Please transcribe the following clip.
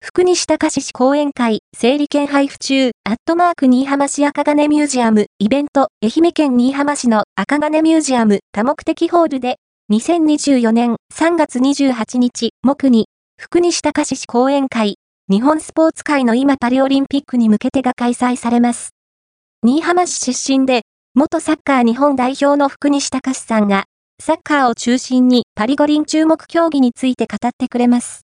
福西隆史講演会、整理券配布中、新居浜市赤金ミュージアム、イベント、愛媛県新居浜市の赤金ミュージアム多目的ホールで、2024年3月28日、木に、福西隆史講演会、日本スポーツ界の今パリオリンピックに向けてが開催されます。新居浜市出身で、元サッカー日本代表の福西隆史さんが、サッカーを中心にパリ五輪注目競技について語ってくれます。